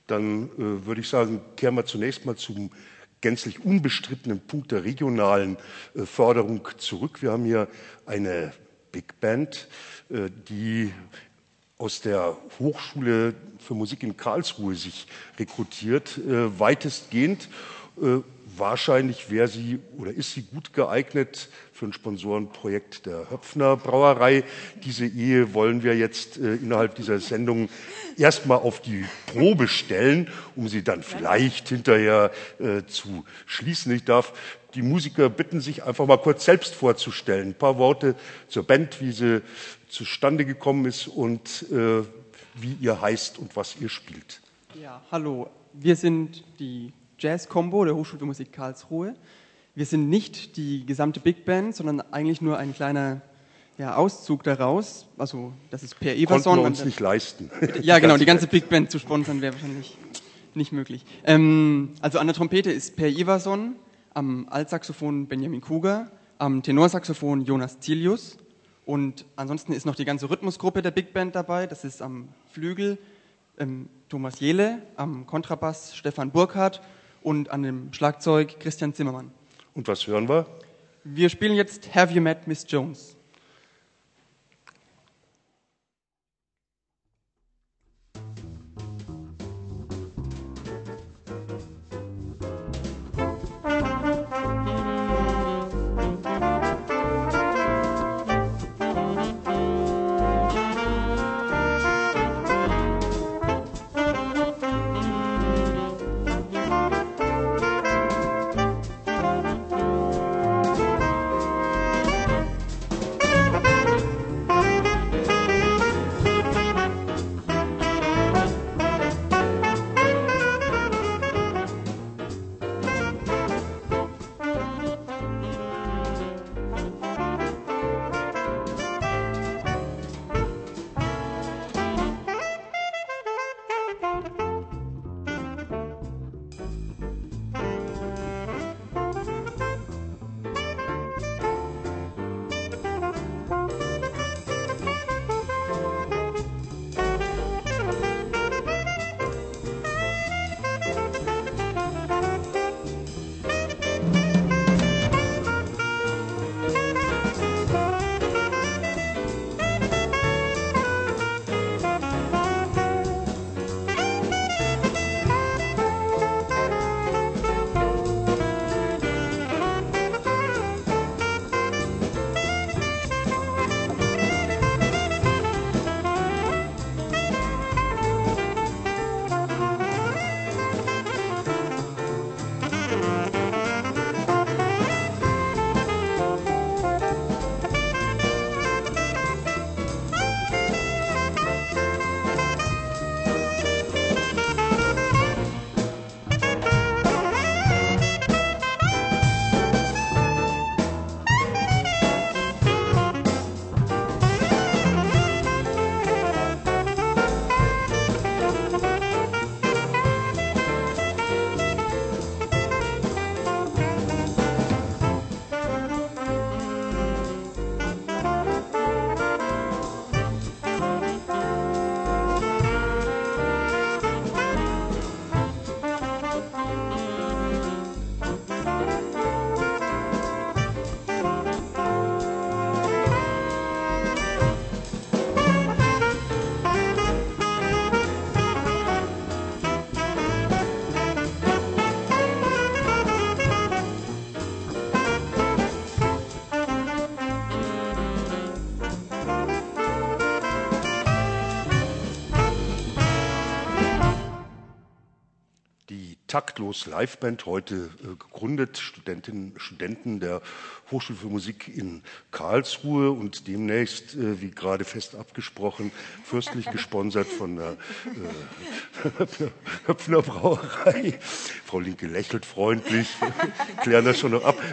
Dann würde ich sagen, kehren wir zunächst mal zum gänzlich unbestrittenen Punkt der regionalen Förderung zurück. Wir haben hier eine Big Band, die aus der Hochschule für Musik in Karlsruhe sich rekrutiert, weitestgehend. Wahrscheinlich wäre sie oder ist sie gut geeignet für ein Sponsorenprojekt der Höpfner Brauerei. Diese Ehe wollen wir jetzt innerhalb dieser Sendung erstmal auf die Probe stellen, um sie dann vielleicht hinterher zu schließen. Ich darf die Musiker bitten, sich einfach mal kurz selbst vorzustellen. Ein paar Worte zur Band, wie sie zustande gekommen ist und wie ihr heißt und was ihr spielt. Ja, hallo. Wir sind die Jazz-Combo der Hochschule für Musik Karlsruhe. Wir sind nicht die gesamte Big Band, sondern eigentlich nur ein kleiner Auszug daraus. Also das ist Per Everson. Konnten wir uns nicht leisten. Ja, genau, die ganze Big Band zu sponsern wäre wahrscheinlich nicht möglich. Also an der Trompete ist Per Everson, am Altsaxophon Benjamin Kuger, am Tenorsaxophon Jonas Zilius und ansonsten ist noch die ganze Rhythmusgruppe der Big Band dabei. Das ist am Flügel Thomas Jehle, am Kontrabass Stefan Burkhardt und an dem Schlagzeug Christian Zimmermann. Und was hören wir? Wir spielen jetzt Have You Met Miss Jones? Taktlos Liveband, heute gegründet, Studenten der Hochschule für Musik in Karlsruhe und demnächst, wie gerade fest abgesprochen, fürstlich gesponsert von der Höpfner Brauerei. Frau Linke lächelt freundlich, klären das schon noch ab.